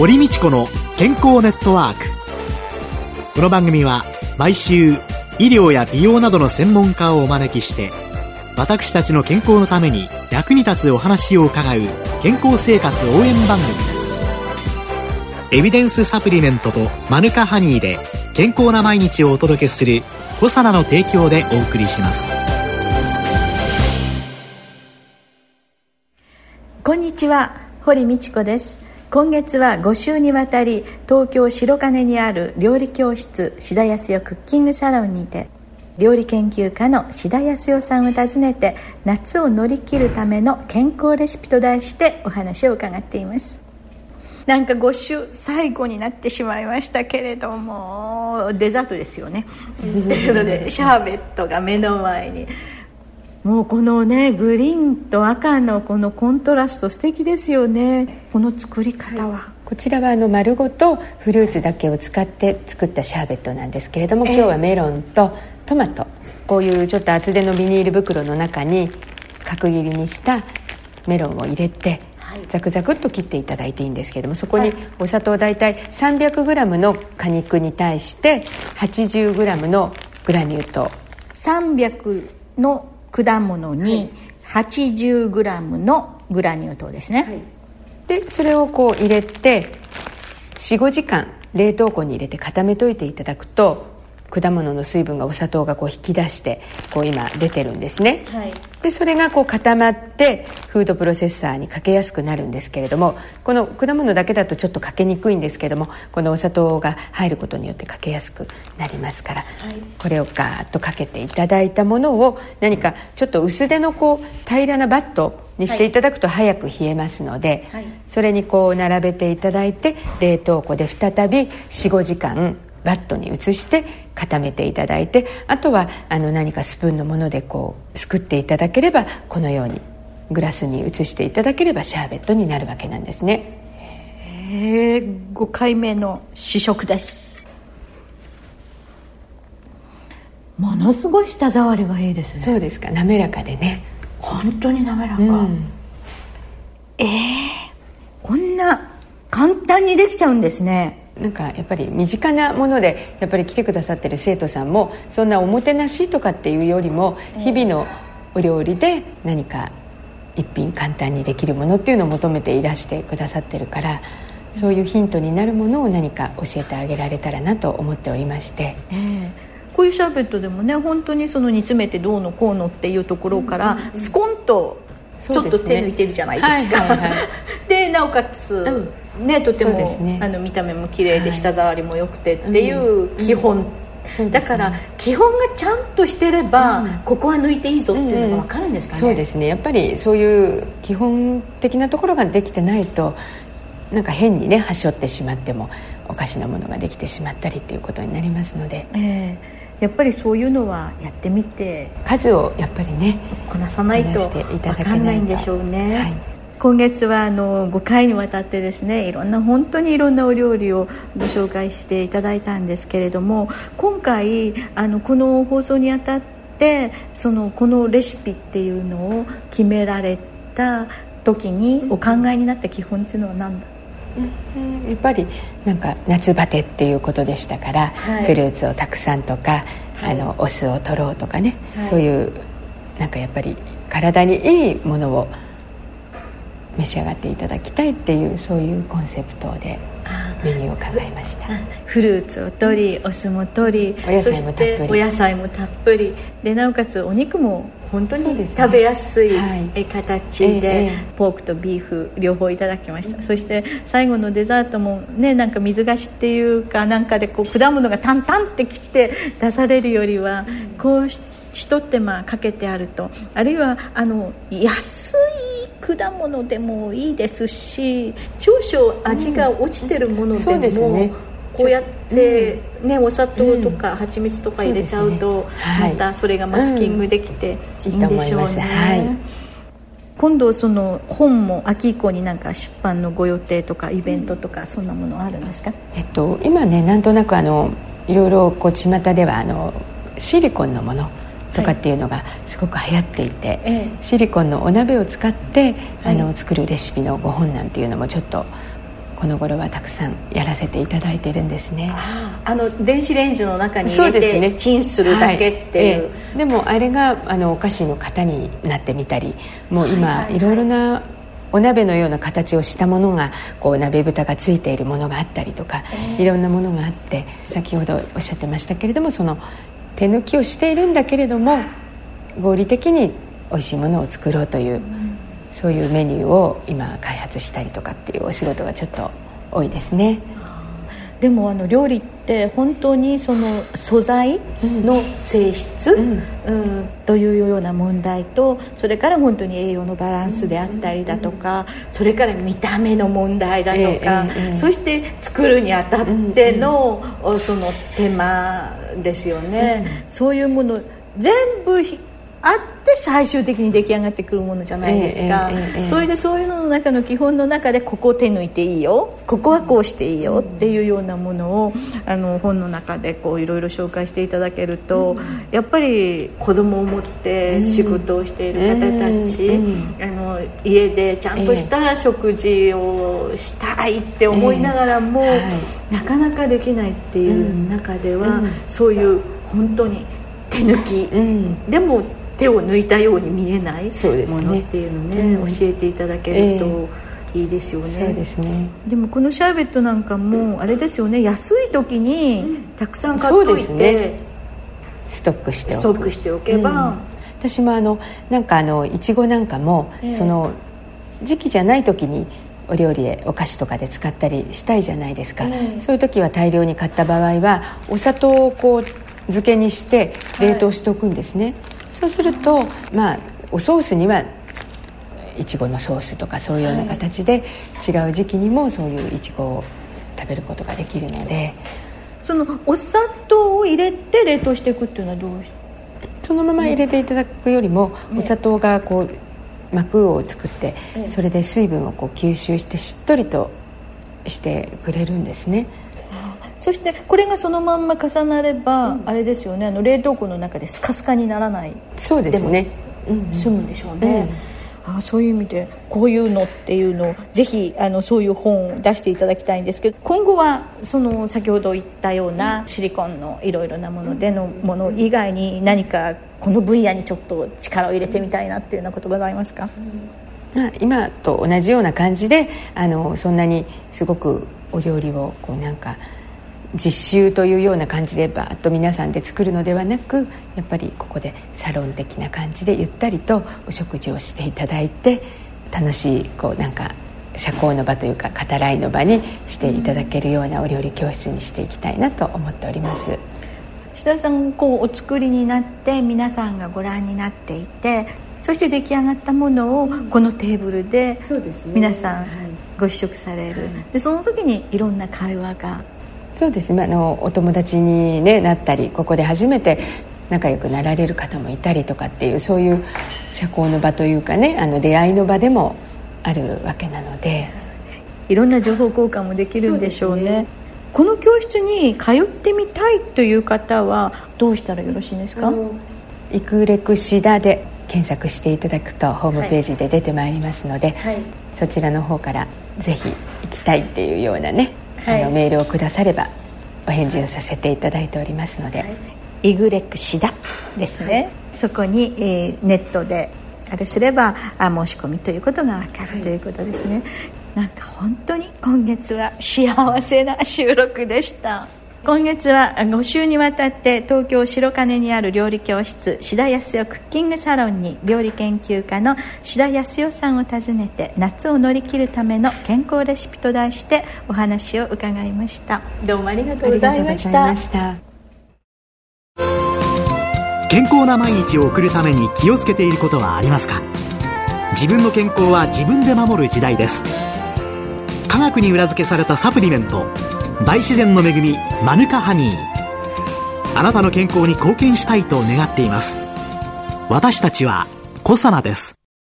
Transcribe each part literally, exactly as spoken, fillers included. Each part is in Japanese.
堀道子の健康ネットワーク。この番組は毎週医療や美容などの専門家をお招きして、私たちの健康のために役に立つお話を伺う健康生活応援番組です。エビデンスサプリメントとマヌカハニーで健康な毎日をお届けするコサナの提供でお送りします。 こんにちは、堀道子です。今月はご週にわたり東京白金にある料理教室志田康代クッキングサロンにて、料理研究家の志田康代さんを訪ねて、夏を乗り切るための健康レシピと題してお話を伺っています。なんかご週最後になってしまいましたけれども、デザートですよねというのでシャーベットが目の前に、もうこのねグリーンと赤のこのコントラスト素敵ですよね。この作り方は、はい、 こちらはあの丸ごとフルーツだけを使って作ったシャーベットなんですけれども、今日はメロンとトマト、こういうちょっと厚手のビニール袋の中に角切りにしたメロンを入れて、はい、ザクザクっと切っていただいていいんですけれども、そこにお砂糖だいたい さんびゃくグラム の果肉に対して はちじゅうグラム のグラニュー糖、さんびゃくの果物に はちじゅうグラム のグラニュー糖ですね、はい、でそれをこう入れて よん、ごじかん冷凍庫に入れて固めといていただくと、果物の水分がお砂糖がこう引き出してこう今出てるんですね、はい、でそれがこう固まってフードプロセッサーにかけやすくなるんですけれども、この果物だけだとちょっとかけにくいんですけども、このお砂糖が入ることによってかけやすくなりますから、はい、これをガーッとかけていただいたものを何かちょっと薄手のこう平らなバットにしていただくと早く冷えますので、はい、それにこう並べていただいて、冷凍庫で再び よん、ごじかんバットに移して固めていただいて、あとはあの何かスプーンのものでこうすくっていただければ、このようにグラスに移していただければシャーベットになるわけなんですね。 へー、ごかいめの試食です。ものすごい舌触りがいいですね。 そうですか、滑らかでね、 本当に滑らか、うん、えー、こんな簡単にできちゃうんですね。 なんかやっぱり身近なもので、やっぱり来てくださってる生徒さんもそんなおもてなしとかっていうよりも、日々のお料理で何か一品簡単にできるものっていうのを求めていらしてくださってるから、そういうヒントになるものを何か教えてあげられたらなと思っておりまして、 えー、こういうシャーベットでもね、本当にその煮詰めてどうのこうのっていうところから、うんうん、スコンとちょっと手抜いてるじゃないですか、はいはいはい、でなおかつ、うんね、とても、ね、あの見た目も綺麗で舌触りも良くてっていう基本、はいうん、だから、ね、基本がちゃんとしてれば、うん、ここは抜いていいぞっていうのが分かるんですかね、 うんうん、そうですね、やっぱりそういう基本的なところができてないと、なんか変にねはしょってしまってもおかしなものができてしまったりっていうことになりますので、 えー、やっぱりそういうのはやってみて数をやっぱりねこなさないと分かんないんでしょうね、はい、今月はあのごかいにわたってですね、いろんな本当にいろんなお料理をご紹介していただいたんですけれども、今回あのこの放送にあたってそのこのレシピっていうのを決められた時にお考えになった基本っていうのは何だ、 うん、やっぱりなんか夏バテっていうことでしたから、はい、フルーツをたくさんとか、はい、あのお酢を取ろうとかね、はい、そういうなんかやっぱり体にいいものを召し上がっていただきたいっていう、そういうコンセプトでメニューを考えました。 フルーツを取り、お酢も取り、 お野菜もたっぷり、 そしてお野菜もたっぷりで、なおかつお肉も本当に食べやすい形で、ね、ポークとビーフ両方いただきました、うん、そして最後のデザートもね、なんか水菓子っていうかなんかでこう果物がタンタンって切って出されるよりは、うん、こう一手間かけてあると、あるいはあの安い果物でもいいですし、少々味が落ちてるものでも、うん、そうですね、こうやって、うんね、お砂糖とか蜂蜜とか入れちゃうと、うんうね、はい、またそれがマスキングできていいんでしょうね、うん、いいと思います、はい、今度その本も秋以降になんか出版のご予定とかイベントとかそんなものあるんですか？ えっと、今ね、なんとなくあのいろいろこう巷ではあのシリコンのものとかっていうのがすごく流行っていて、はい、シリコンのお鍋を使って、はい、あの作るレシピのご本なんていうのもちょっとここの頃はたくさんやらせていただいているんですね。 ああの電子レンジの中に入れて、ね、チンするだけっていう、はい、ええ、でもあれがあのお菓子の型になってみたり、もう今、はいはいはい、いろいろなお鍋のような形をしたものがこう鍋蓋がついているものがあったりとか、えー、いろんなものがあって、先ほどおっしゃってましたけれども、その手抜きをしているんだけれども合理的に美味しいものを作ろうという、うん、そういうメニューを今開発したりとかっていうお仕事がちょっと多いですね。 でもあの料理って本当にその素材の性質、うんうん、というような問題と、それから本当に栄養のバランスであったりだとか、それから見た目の問題だとか、えーえー、そして作るにあたっての、うん、その手間ですよね、うん、そういうもの全部あって最終的に出来上がってくるものじゃないですか、えーえーえー、それでそういうのの中の基本の中で、ここを手抜いていいよ、ここはこうしていいよっていうようなものをあの本の中でこういろいろ紹介していただけると、やっぱり子供を持って仕事をしている方たち、あの家でちゃんとした食事をしたいって思いながらも、なかなかできないっていう中では、そういう本当に手抜き、でも手を抜いたように見えないものっていうのをね、うん、教えていただけるといいですよね、 えー、そうですね。 でもこのシャーベットなんかもあれですよね、安い時にたくさん買っといて、ね、 ストックしておくストックしておけば、うん、 私もあのなんかあのいちごなんかも、えー、その時期じゃない時にお料理でお菓子とかで使ったりしたいじゃないですか、えー、そういう時は大量に買った場合はお砂糖をこう漬けにして冷凍しておくんですね、はい、そうすると、まあ、おソースにはいちごのソースとかそういうような形で、違う時期にもそういういちごを食べることができるので、 そのお砂糖を入れて冷凍していくっていうのはどうして、 そのまま入れていただくよりも、ね、お砂糖がこう膜を作って、ね、それで水分をこう吸収してしっとりとしてくれるんですね。 そしてこれがそのまんま重なれば、うん、あれですよね、あの冷凍庫の中でスカスカにならない、 そうですね、 でも済むんでしょうね、うん、あ、そういう意味でこういうのっていうのをぜひあのそういう本を出していただきたいんですけど、今後はその先ほど言ったようなシリコンのいろいろなものでのもの以外に何かこの分野にちょっと力を入れてみたいなっていうようなことございますか？ まあ、今と同じような感じで、あのそんなにすごくお料理をこうなんか実習というような感じでバーッと皆さんで作るのではなく、やっぱりここでサロン的な感じでゆったりとお食事をしていただいて、楽しいこうなんか社交の場というか語らいの場にしていただけるようなお料理教室にしていきたいなと思っております。 志田さん、こうお作りになって皆さんがご覧になっていて、そして出来上がったものをこのテーブルで皆さんご試食される、でその時にいろんな会話が、 そうですね、あのお友達に、ね、なったり、ここで初めて仲良くなられる方もいたりとかっていう、そういう社交の場というかね、あの出会いの場でもあるわけなので、 いろんな情報交換もできるんでしょう ね, うねこの教室に通ってみたいという方はどうしたらよろしいですか？ イクレクシダで検索していただくとホームページで出てまいりますので、はい、そちらの方からぜひ行きたいっていうようなね、はい、あのメールをくださればお返事をさせていただいておりますので、はい、 イグレクシダですね、はい、そこに、えー、ネットであれすればあ申し込みということが分かる、はい、ということですね。なんか本当に今月は幸せな収録でした。今月はご週にわたって東京白金にある料理教室志田康代クッキングサロンに料理研究家の志田康代さんを訪ねて、夏を乗り切るための健康レシピと題してお話を伺いました。どうもありがとうございました。 健康な毎日を送るために気をつけていることはありますか？自分の健康は自分で守る時代です。科学に裏付けされたサプリメント、大自然の恵みマヌカハニー、あなたの健康に貢献したいと願っています。私たちはコサナです。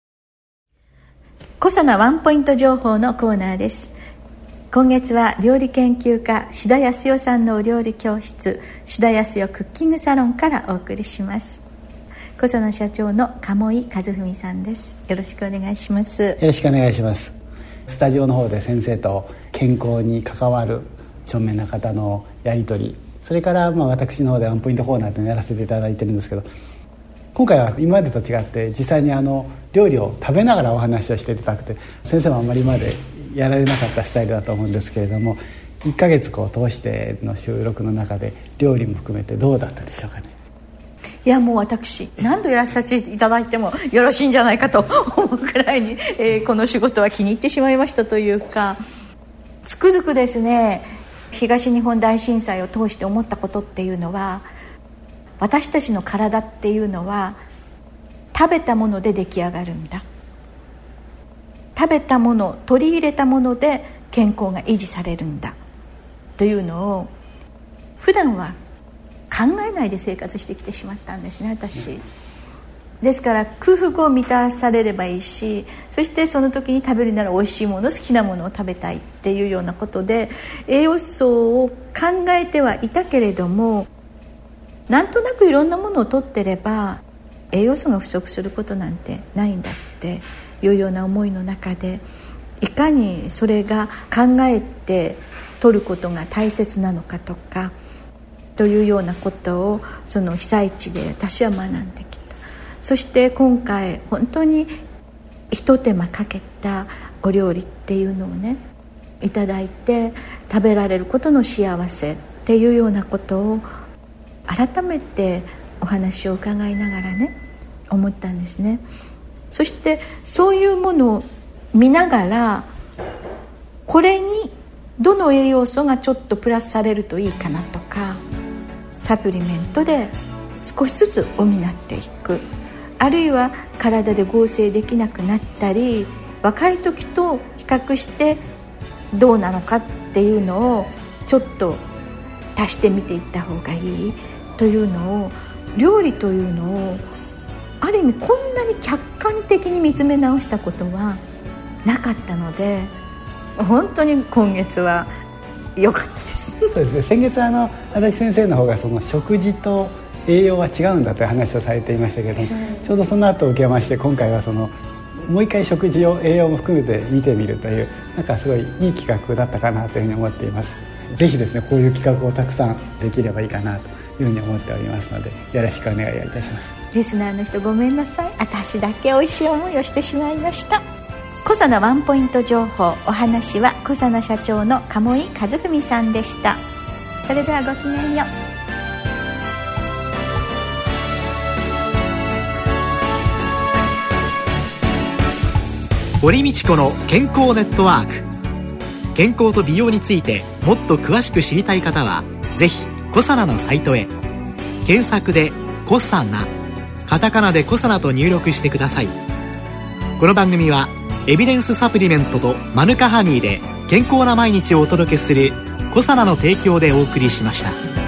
コサナワンポイント情報のコーナーです。今月は料理研究家志田康代さんのお料理教室志田康代クッキングサロンからお送りします。コサナ社長の鴨井和文さんです。よろしくお願いします。 よろしくお願いします。スタジオの方で先生と健康に関わる著名な方のやり取り、それからまあ私の方でワンポイントコーナーというのをやらせていただいてるんですけど、今回は今までと違って実際にあの料理を食べながらお話をしていただくという、先生もあんまり今までやられなかったスタイルだと思うんですけれども、いっかげつこう通しての収録の中で料理も含めてどうだったでしょうかね。 いやもう私何度やらせていただいてもよろしいんじゃないかと思うくらいに、えー、この仕事は気に入ってしまいましたというか、つくづくですね、東日本大震災を通して思ったことっていうのは、私たちの体っていうのは食べたもので出来上がるんだ、食べたもの、取り入れたもので健康が維持されるんだというのを普段は考えないで生活してきてしまったんですね、私。ですから空腹を満たされればいいし、そしてその時に食べるなら美味しいもの、好きなものを食べたいっていうようなことで栄養素を考えてはいたけれども、なんとなくいろんなものを取ってれば栄養素が不足することなんてないんだっていうような思いの中で、いかにそれが考えて取ることが大切なのかとかというようなことをその被災地で私は学んできた。そして今回本当に一手間かけたお料理っていうのをねいただいて、食べられることの幸せっていうようなことを改めてお話を伺いながらね思ったんですね。そしてそういうものを見ながら、これにどの栄養素がちょっとプラスされるといいかなとか、サプリメントで少しずつ補っていく、あるいは体で合成できなくなったり、若い時と比較してどうなのかっていうのをちょっと足してみていった方がいいというのを、料理というのをある意味こんなに客観的に見つめ直したことはなかったので、本当に今月は良かったです。 そうですね、先月あの足立先生の方がその食事と栄養は違うんだという話をされていましたけども、ちょうどその後を受けまして、今回はそのもう一回食事を栄養も含めて見てみるという、なんかすごいいい企画だったかなというふうに思っています。ぜひですね、こういう企画をたくさんできればいいかなというふうに思っておりますので、よろしくお願いいたします。 リスナーの人ごめんなさい、私だけおいしい思いをしてしまいました。小佐野ワンポイント情報、お話は小佐野社長の鴨井和文さんでした。それではごきげんよう。 堀道子の健康ネットワーク。健康と美容についてもっと詳しく知りたい方はぜひコサナのサイトへ。検索でコサナ、カタカナでコサナと入力してください。この番組はエビデンスサプリメントとマヌカハニーで健康な毎日をお届けするコサナの提供でお送りしました。